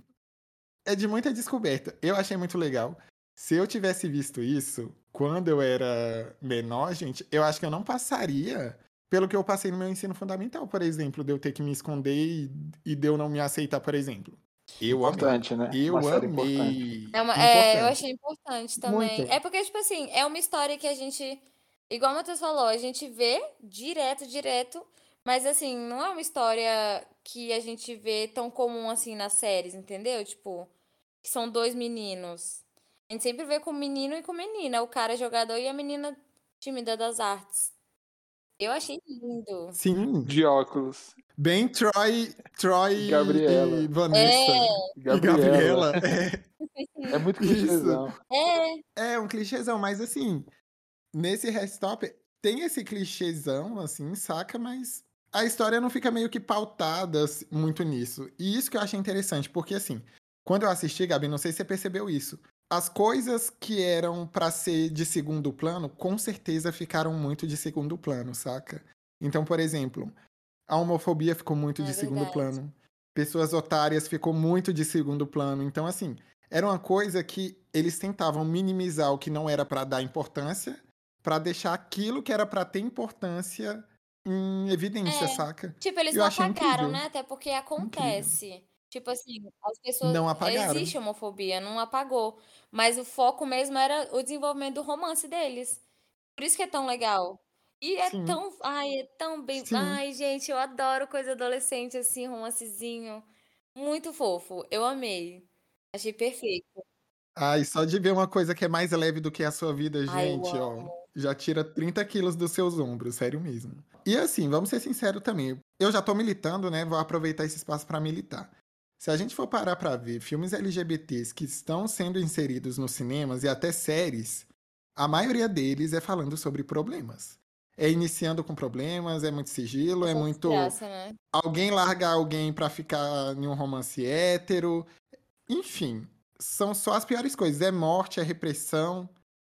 é de muita descoberta. Eu achei muito legal. Se eu tivesse visto isso quando eu era menor, gente, eu acho que eu não passaria pelo que eu passei no meu ensino fundamental, por exemplo, de eu ter que me esconder e, e de eu não me aceitar, por exemplo. Eu amei. Importante, né? Uma Eu série importante. amei. É uma, é, eu Importante. achei importante também. Muito. É porque, tipo assim, é uma história que a gente, igual o Matheus falou, a gente vê direto, direto, mas assim, não é uma história que a gente vê tão comum assim nas séries, entendeu? Tipo, que são dois meninos. A gente sempre vê com menino e com menina, o cara jogador e a menina tímida das artes. Eu achei lindo. Sim. De óculos. Bem Troy, Troy e Gabriela. É, Vanessa. E Gabriela. Gabriela. É, É muito isso. clichêzão. é, É um clichêzão, mas assim, nesse Restop tem esse clichêzão, assim, saca? Mas a história não fica meio que pautada assim, muito nisso. E isso que eu achei interessante, porque assim, quando eu assisti, Gabi, não sei se você percebeu isso. As coisas que eram pra ser de segundo plano, com certeza ficaram muito de segundo plano, saca? Então, por exemplo, a homofobia ficou muito é de segundo verdade. plano. Pessoas otárias ficou muito de segundo plano. Então, assim, era uma coisa que eles tentavam minimizar o que não era pra dar importância, pra deixar aquilo que era pra ter importância em evidência, É, saca? tipo, eles E eu não achei apagaram, incrível. né? Até porque Incrível. acontece. Tipo assim, as pessoas. Não apagaram. Existe homofobia, não apagou. Mas o foco mesmo era o desenvolvimento do romance deles. Por isso que é tão legal. E é Sim, tão. Ai, é tão bem. sim. Ai, gente, eu adoro coisa adolescente assim, romancezinho. Muito fofo. Eu amei. Achei perfeito. Ai, só de ver uma coisa que é mais leve do que a sua vida, Ai, eu gente, ó. amo. Já tira trinta quilos dos seus ombros, sério mesmo. E assim, vamos ser sinceros também. Eu já tô militando, né? Vou aproveitar esse espaço pra militar. Se a gente for parar pra ver filmes L G B Ts que estão sendo inseridos nos cinemas e até séries, a maioria deles é falando sobre problemas. É iniciando com problemas, é muito sigilo, é Essa muito desgraça, né? alguém larga alguém pra ficar em um romance hétero. Enfim, são só as piores coisas. É morte, é repressão.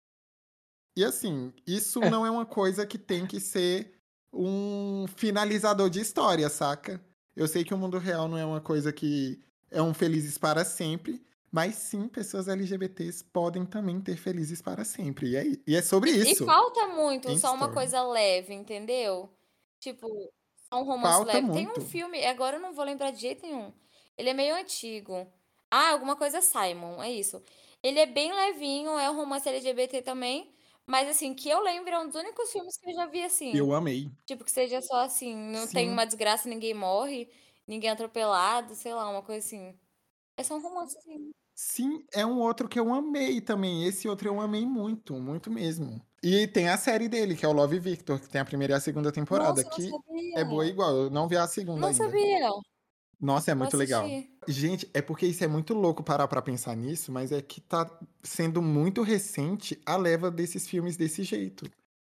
E assim, isso É, não é uma coisa que tem que ser um finalizador de história, saca? Eu sei que o mundo real não é uma coisa que é um felizes para sempre, mas sim, pessoas L G B Ts podem também ter felizes para sempre. E é, e é sobre E, e isso. falta muito End só uma story. coisa leve, entendeu? Tipo, só um romance Falta leve. Tem um muito. filme, agora eu não vou lembrar de jeito nenhum. Ele é meio antigo. Ah, alguma coisa Simon, é isso. Ele é bem levinho, é um romance L G B T também. Mas assim, que eu lembro, é um dos únicos filmes que eu já vi assim. Eu amei. Tipo, que seja só assim, não tem Sim. uma desgraça, ninguém morre, ninguém é atropelado, sei lá, uma coisa assim. É só um romance assim. Sim, é um outro que eu amei também. Esse outro eu amei muito, muito mesmo. E tem a série dele, que é o Love Victor, que tem a primeira e a segunda temporada, Nossa, eu não que é boa sabia. igual. Eu não vi a segunda Não ainda. sabia. Nossa, é Vou muito legal. assistir. Gente, é porque isso é muito louco parar pra pensar nisso, mas é que tá sendo muito recente a leva desses filmes desse jeito.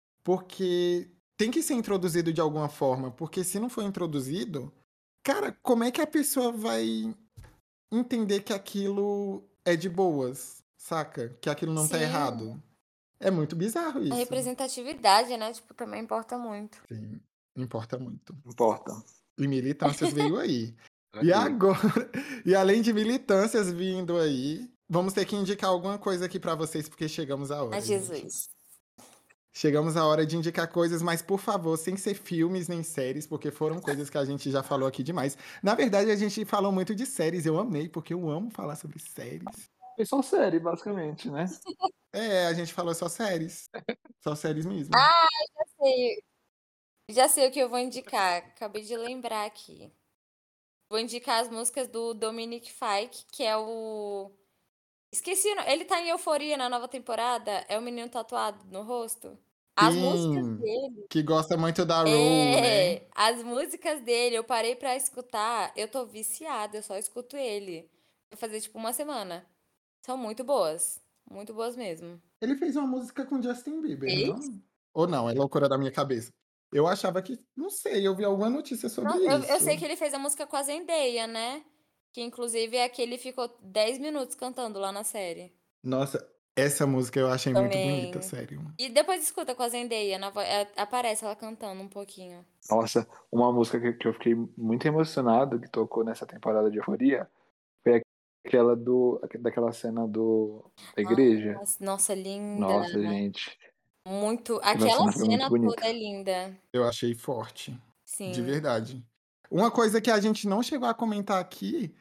Porque tem que ser introduzido de alguma forma, porque se não for introduzido, cara, como é que a pessoa vai entender que aquilo é de boas, saca? Que aquilo não tá Sim. errado. É muito bizarro A isso. representatividade, né? Tipo, também importa muito. Sim, importa muito. importa. E militâncias veio aí. E Aí. agora, e além de militâncias vindo aí, vamos ter que indicar alguma coisa aqui pra vocês, porque chegamos à A hora, gente. Jesus. Chegamos à hora de indicar coisas, mas por favor, sem ser filmes nem séries, porque foram coisas que a gente já falou aqui demais. Na verdade, a gente falou muito de séries, eu amei, porque eu amo falar sobre séries. Foi só série, basicamente, né? É, a gente falou só séries. Só séries mesmo. Ah, já sei. Já sei o que eu vou indicar. Acabei de lembrar aqui. Vou indicar as músicas do Dominic Fike, que é o. Esqueci, o no- ele tá em Euforia na nova temporada. É o menino tatuado no rosto. As músicas Sim, dele. que gosta muito da Row, né? É, as músicas dele, eu parei pra escutar, eu tô viciada, eu só escuto ele. Vai fazer tipo uma semana. São muito boas, muito boas mesmo. Ele fez uma música com Justin Bieber, Fez? não? Ou não, é loucura da minha cabeça. Eu achava que, não sei, eu vi alguma notícia sobre Não, eu, eu sei isso. que ele fez a música com a Zendaya, né? Que inclusive é que ele ficou dez minutos cantando lá na série. Nossa, essa música eu achei muito bonita, Também. sério. E depois escuta com a Zendaya, na vo- é, aparece ela cantando um pouquinho. Nossa, uma música que, que eu fiquei muito emocionado que tocou nessa temporada de Euforia foi aquela do, daquela cena do, da igreja. Nossa, nossa, linda. Nossa, gente, Muito. aquela Aquela cena foi muito cena toda bonita. é linda. Eu achei forte, de Sim. verdade. Uma coisa que a gente não chegou a comentar aqui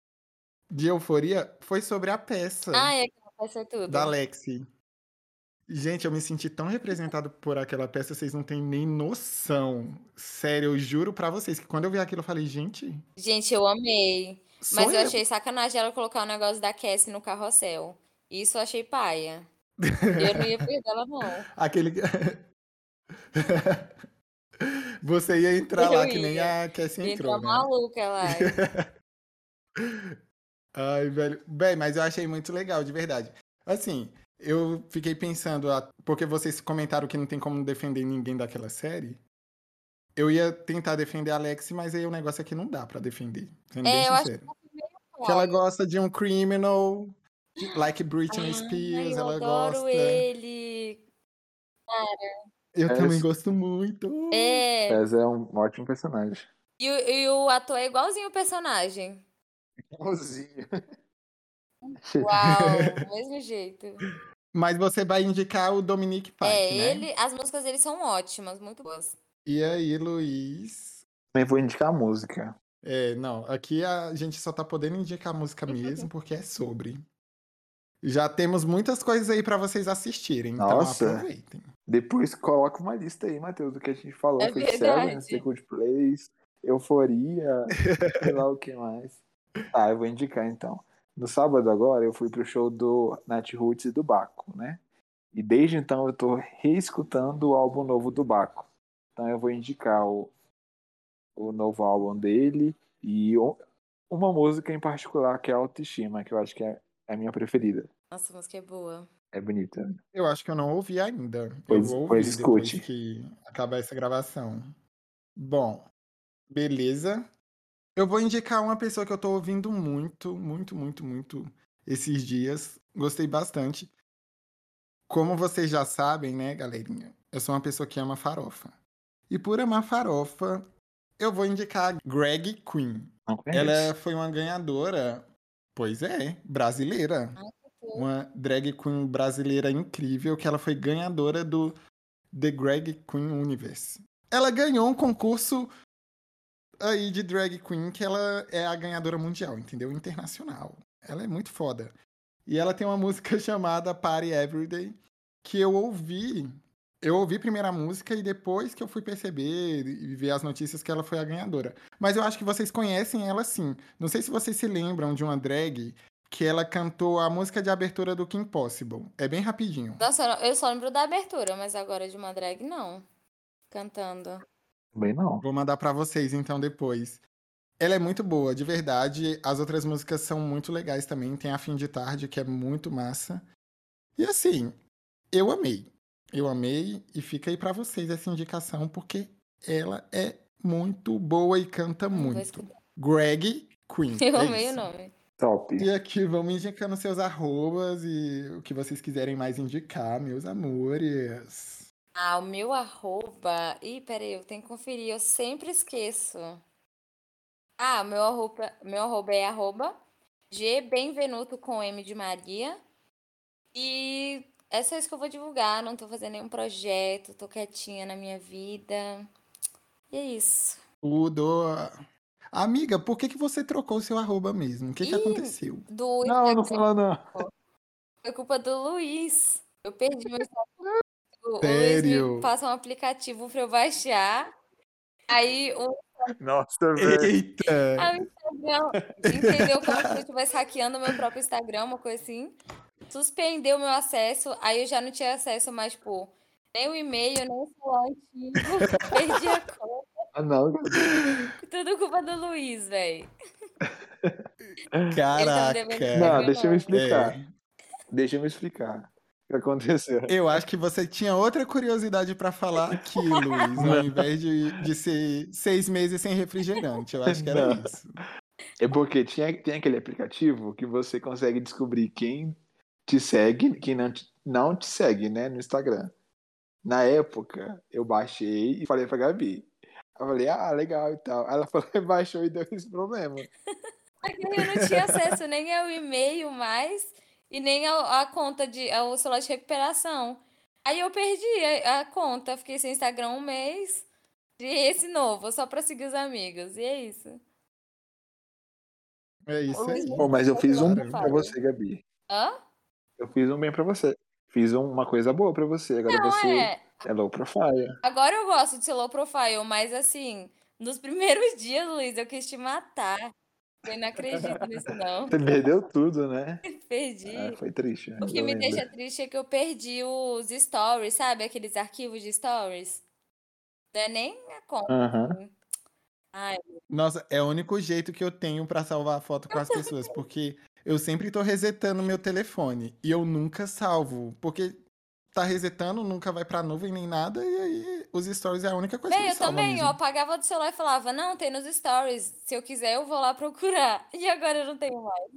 de Euforia foi sobre a peça Ah, é aquela peça da tudo. Lexi. Gente, eu me senti tão representado por aquela peça, vocês não têm nem noção. Sério, eu juro pra vocês que quando eu vi aquilo, eu falei, gente, Gente, eu amei. sou Mas eu eu. achei sacanagem ela colocar o negócio da Cassie no carrossel. Isso eu achei paia. Eu não ia perder ela, não. Aquele. Você ia entrar Eu lá que nem ia. a Cassie Ia entrou, entrar né? maluca lá. Ai, velho. Bem, mas eu achei muito legal, de verdade. Assim, eu fiquei pensando, ah, porque vocês comentaram que não tem como defender ninguém daquela série. Eu ia tentar defender a Alex, mas aí o negócio é que não dá pra defender, sendo bem É, eu acho que sincero. ela foi meio Que ela paia. gosta de um criminal, like Britney Ai, Spears, eu ela adoro gosta. ele. Eu também Essa, gosto muito. É. essa é um ótimo personagem. E, o- e o ator é igualzinho o personagem. Igualzinho. Uau, mesmo jeito. Mas você vai indicar o Dominic É, Fike, né? ele, as músicas dele são ótimas, muito boas. E aí, Luiz? Também vou indicar a música. É, não, aqui a gente só tá podendo indicar música mesmo porque é sobre. Já temos muitas coisas aí pra vocês assistirem, então Nossa, aproveitem. depois coloca uma lista aí, Matheus, do que a gente falou. É Foi Seven, The verdade. Good Place, Euforia, sei lá o que mais. Tá, eu vou indicar então. No sábado agora eu fui pro show do Nat Roots e do Baco, né? E desde então eu tô reescutando o álbum novo do Baco. Então eu vou indicar o, o novo álbum dele e o- uma música em particular que é Autoestima, que eu acho que é é a minha preferida. Nossa, a música é boa. É bonita. Eu acho que eu não ouvi ainda. Eu Pois, vou pois ouvir depois escute. que acabar essa gravação. Bom, beleza. Eu vou indicar uma pessoa que eu tô ouvindo muito, muito, muito, muito esses dias. Gostei bastante. Como vocês já sabem, né, galerinha? Eu sou uma pessoa que ama farofa. E por amar farofa, eu vou indicar a Greg Queen. Não Ela conheço. foi uma ganhadora, pois é, brasileira. Ai, que tudo. Uma drag queen brasileira incrível, que ela foi ganhadora do The Drag Queen Universe. Ela ganhou um concurso aí de drag queen que ela é a ganhadora mundial, entendeu? Internacional. Ela é muito foda. E ela tem uma música chamada Party Everyday, que eu ouvi. Eu ouvi primeiro a música e depois que eu fui perceber e ver as notícias que ela foi a ganhadora. Mas eu acho que vocês conhecem ela sim. Não sei se vocês se lembram de uma drag que ela cantou a música de abertura do Kim Possible. É bem rapidinho. Nossa, eu não- eu só lembro da abertura, mas agora de uma drag, não. Cantando. Também não. Vou mandar pra vocês então depois. Ela é muito boa, de verdade. As outras músicas são muito legais também. Tem a Fim de Tarde, que é muito massa. E assim, eu amei. Eu amei e fica aí pra vocês essa indicação, porque ela é muito boa e canta Hum, vou muito. escutar. Greg Queen. Eu é amei o isso. nome. Top. E aqui vamos indicando seus arrobas e o que vocês quiserem mais indicar, meus amores. Ah, o meu arroba. Ih, peraí, eu tenho que conferir, eu sempre esqueço. Ah, meu arroba, meu arroba é arroba G Benvenuto com M de Maria. E é só isso que eu vou divulgar. Não tô fazendo nenhum projeto, tô quietinha na minha vida. E é isso. Tudo. Amiga, por que, que você trocou o seu arroba mesmo? O que, que Ih, aconteceu? do Não, não Instagram fala não. foi culpa do Luiz. Eu perdi meu Instagram. O Luiz me Sério? passa um aplicativo pra eu baixar. Aí o Nossa, velho. Eita! Aí o Instagram entendeu como se eu estivesse hackeando o meu próprio Instagram, uma coisa assim. Suspendeu meu acesso, aí eu já não tinha acesso mais, tipo, nem o e-mail, nem o celular antigo. Perdi a conta. Ah, não. Tudo culpa do Luiz, velho. Ele tá me devendo Caraca! Não, Instagram, deixa eu me não. explicar. É. Deixa eu me explicar. O que aconteceu? Eu acho que você tinha outra curiosidade pra falar aqui, Luiz, ao Não, invés de, de ser seis meses sem refrigerante. Eu acho que era não. isso. É porque tinha, tem aquele aplicativo que você consegue descobrir quem te segue, quem não te, não te segue, né, no Instagram. Na época, eu baixei e falei pra Gabi. Eu falei, ah, legal e tal. Ela falou, baixou e deu esse problema. Porque eu não tinha acesso nem ao e-mail mais e nem ao, à conta de ao celular de recuperação. Aí eu perdi a, a conta, fiquei sem Instagram um mês. E esse novo, só pra seguir os amigos. E é isso. É O isso Luiz aí. me Pô, mas eu passou fiz pelo um bem Claro. pra profile. você, Gabi. Hã? Eu fiz um bem pra você. Fiz um- uma coisa boa pra você. Agora Não, você é. é low profile. Agora eu gosto de ser low profile, mas assim, nos primeiros dias, Luiz, eu quis te matar. Eu não acredito nisso, não. Você perdeu tudo, né? Ah, Perdi. foi triste, O que eu me lembro. deixa triste é que eu perdi os stories, sabe? Aqueles arquivos de stories. Não é nem a conta. Aham. assim. Ai, Nossa, é o único jeito que eu tenho pra salvar foto com as pessoas, porque eu sempre tô resetando meu telefone e eu nunca salvo, porque tá resetando, nunca vai pra nuvem nem nada, e aí os stories é a única coisa que bem, me eu salva também, eu mesmo. apagava do celular e falava, não, tem nos stories. Se eu quiser, eu vou lá procurar. E agora eu não tenho mais.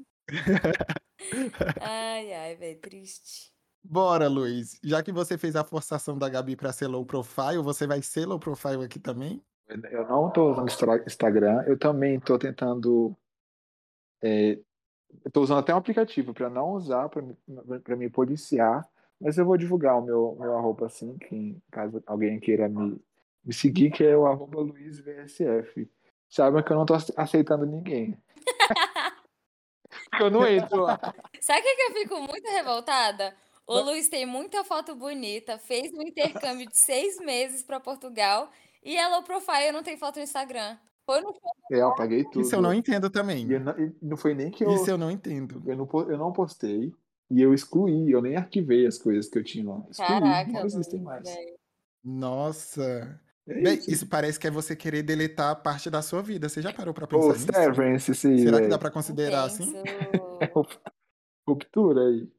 Ai, ai, velho, triste. Bora, Luiz. Já que você fez a forçação da Gabi pra ser low profile, você vai ser low profile aqui também? Eu não tô usando Instra- Instagram. Eu também tô tentando. é, eu tô usando até um aplicativo para não usar, para me, pra me policiar. Mas eu vou divulgar o meu, meu arroba assim, que, caso alguém queira me, me seguir, que é o arroba LuizVSF. Sabe que eu não tô ace- aceitando ninguém. Porque eu não entro lá. Sabe o que que eu fico muito revoltada? O Luiz tem muita foto bonita, fez um intercâmbio de seis meses pra Portugal e é low profile não tem foto no Instagram. Foi no show. É, eu apaguei Isso eu não tudo. entendo E, eu também. não, e não foi nem que Isso eu. eu não entendo. Eu não, po- eu não postei. E eu excluí, eu nem arquivei as coisas que eu tinha lá. Excluí, Caraca, não existem Luiz, mais. velho. Nossa. É Bem, isso. isso parece que é você querer deletar parte da sua vida. Você já parou pra Ô, pensar nisso? Severance, esse aí, Será que dá velho. pra considerar assim? Intenso. Ruptura aí.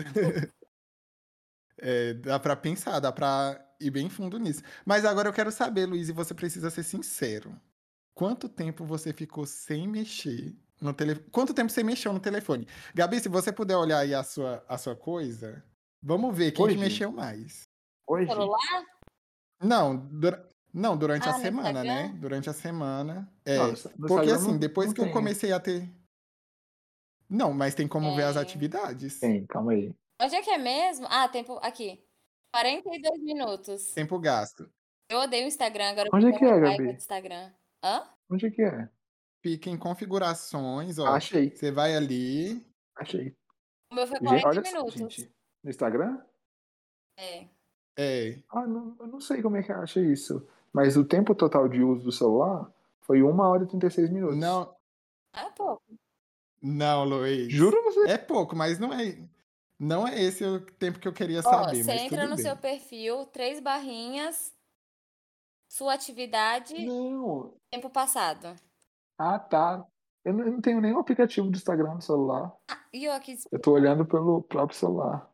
É, dá pra pensar, dá pra ir bem fundo nisso. Mas agora eu quero saber, Luiz, e você precisa ser sincero. Quanto tempo você ficou sem mexer no telefone? Quanto tempo você mexeu no telefone? Gabi, se você puder olhar aí a sua, a sua coisa, vamos ver quem que Hoje? mexeu mais. Hoje? Celular? Não, dura- não, durante a Ah, no semana, né? Instagram? Durante a semana. Não, É. no no Porque Instagram assim, não, depois não que eu tem. comecei a ter. Não, mas tem como ver as É. atividades. Tem, calma aí. Onde é que é mesmo? Ah, tempo aqui. quarenta e dois minutos. Tempo gasto. Eu odeio o Instagram, agora eu Onde é peguei que é, uma raiva do Gabi? Instagram. Hã? Onde é que é? Fica em configurações, Ah, ó. achei, Você vai ali. achei. O meu foi Gente, quarenta olha só, minutos. gente. No Instagram? É. É. Ah, não, eu não sei como é que acha isso. Mas o tempo total de uso do celular foi uma hora e trinta e seis minutos. Não, Ah, pouco. não, Luiz. Juro a você. É pouco, mas não é. Não é esse o tempo que eu queria Ó, saber, você mas entra tudo no seu bem. perfil, três barrinhas, sua atividade, Não. tempo passado. Ah, tá. Eu não, eu não tenho nenhum aplicativo do Instagram no celular. Ah, e eu aqui. Eu tô olhando pelo próprio celular.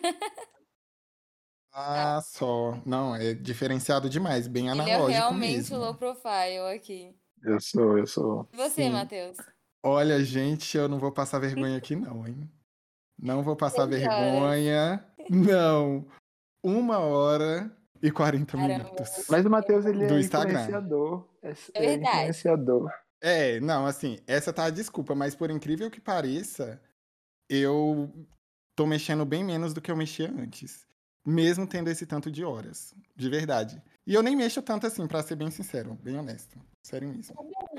Ah, só. Não, é diferenciado demais, bem Ele é analógico realmente mesmo. low profile aqui. Eu sou, eu sou. E você, Sim. Matheus? Olha, gente, eu não vou passar vergonha aqui, não, hein? Não vou passar Três horas. vergonha. Não. Uma hora e quarenta Caramba, minutos Mas o Matheus, ele do é Instagram. influenciador. É, é é verdade. influenciador. É, não, assim, essa tá a desculpa, mas por incrível que pareça, eu tô mexendo bem menos do que eu mexia antes. Mesmo tendo esse tanto de horas. De verdade. E eu nem mexo tanto assim, pra ser bem sincero, bem honesto. Sério mesmo.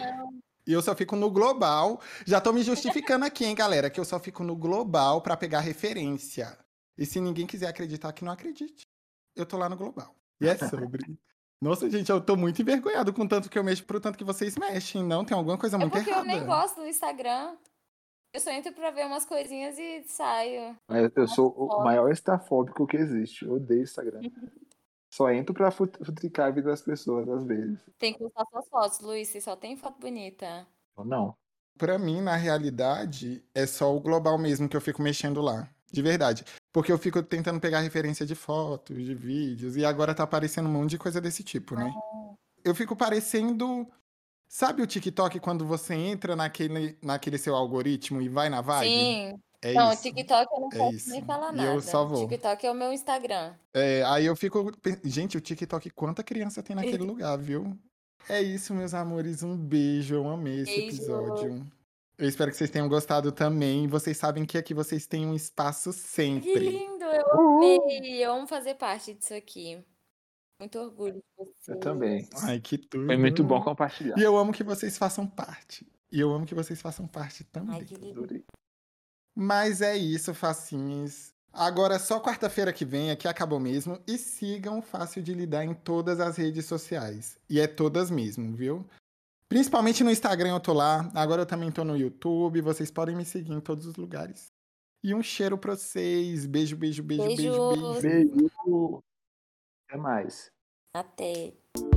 E eu só fico no global. Já tô me justificando aqui, hein, galera, que eu só fico no global pra pegar referência. E se ninguém quiser acreditar, que não acredite. Eu tô lá no global. E é sobre. Nossa, gente, eu tô muito envergonhado com o tanto que eu mexo pro tanto que vocês mexem. Não, tem alguma coisa É muito porque eu nem errada. gosto do Instagram. Eu só entro pra ver umas coisinhas e saio. Mas eu sou o foto. maior estafóbico que existe. Eu odeio Instagram. Só entro pra fut- futricar a vida das pessoas, às vezes. Tem que postar suas fotos, Luiz. Você só tem foto bonita. Ou não. Pra mim, na realidade, é só o global mesmo que eu fico mexendo lá. De verdade. Porque eu fico tentando pegar referência de fotos, de vídeos, e agora tá aparecendo um monte de coisa desse tipo, né? Eu fico parecendo. Sabe o TikTok quando você entra naquele, naquele seu algoritmo e vai na vibe? Sim. É Não, isso. TikTok eu não É posso isso. nem falar E eu só nada. vou. TikTok é o meu Instagram. É, aí eu fico. pen- Gente, o TikTok, quanta criança tem naquele lugar, viu? É isso, meus amores. Um beijo. Eu amei esse Beijo. episódio. Eu espero que vocês tenham gostado também. Vocês sabem que aqui vocês têm um espaço Que sempre. lindo, eu Uhul. amei. Eu amo fazer parte disso aqui. Muito orgulho de você. Eu também. Ai, que Foi muito bom tudo. compartilhar. E eu amo que vocês façam parte. E eu amo que vocês façam parte Ai, também. que lindo. Adorei. Mas é isso, facinhos. Agora só quarta-feira que vem, aqui acabou mesmo. E sigam o Fácil de Lidar em todas as redes sociais. E é todas mesmo, viu? Principalmente no Instagram eu tô lá. Agora eu também tô no YouTube. Vocês podem me seguir em todos os lugares. E um cheiro pra vocês. Beijo, beijo, beijo, beijo, Beijos. beijo. Beijo. Até mais. Até.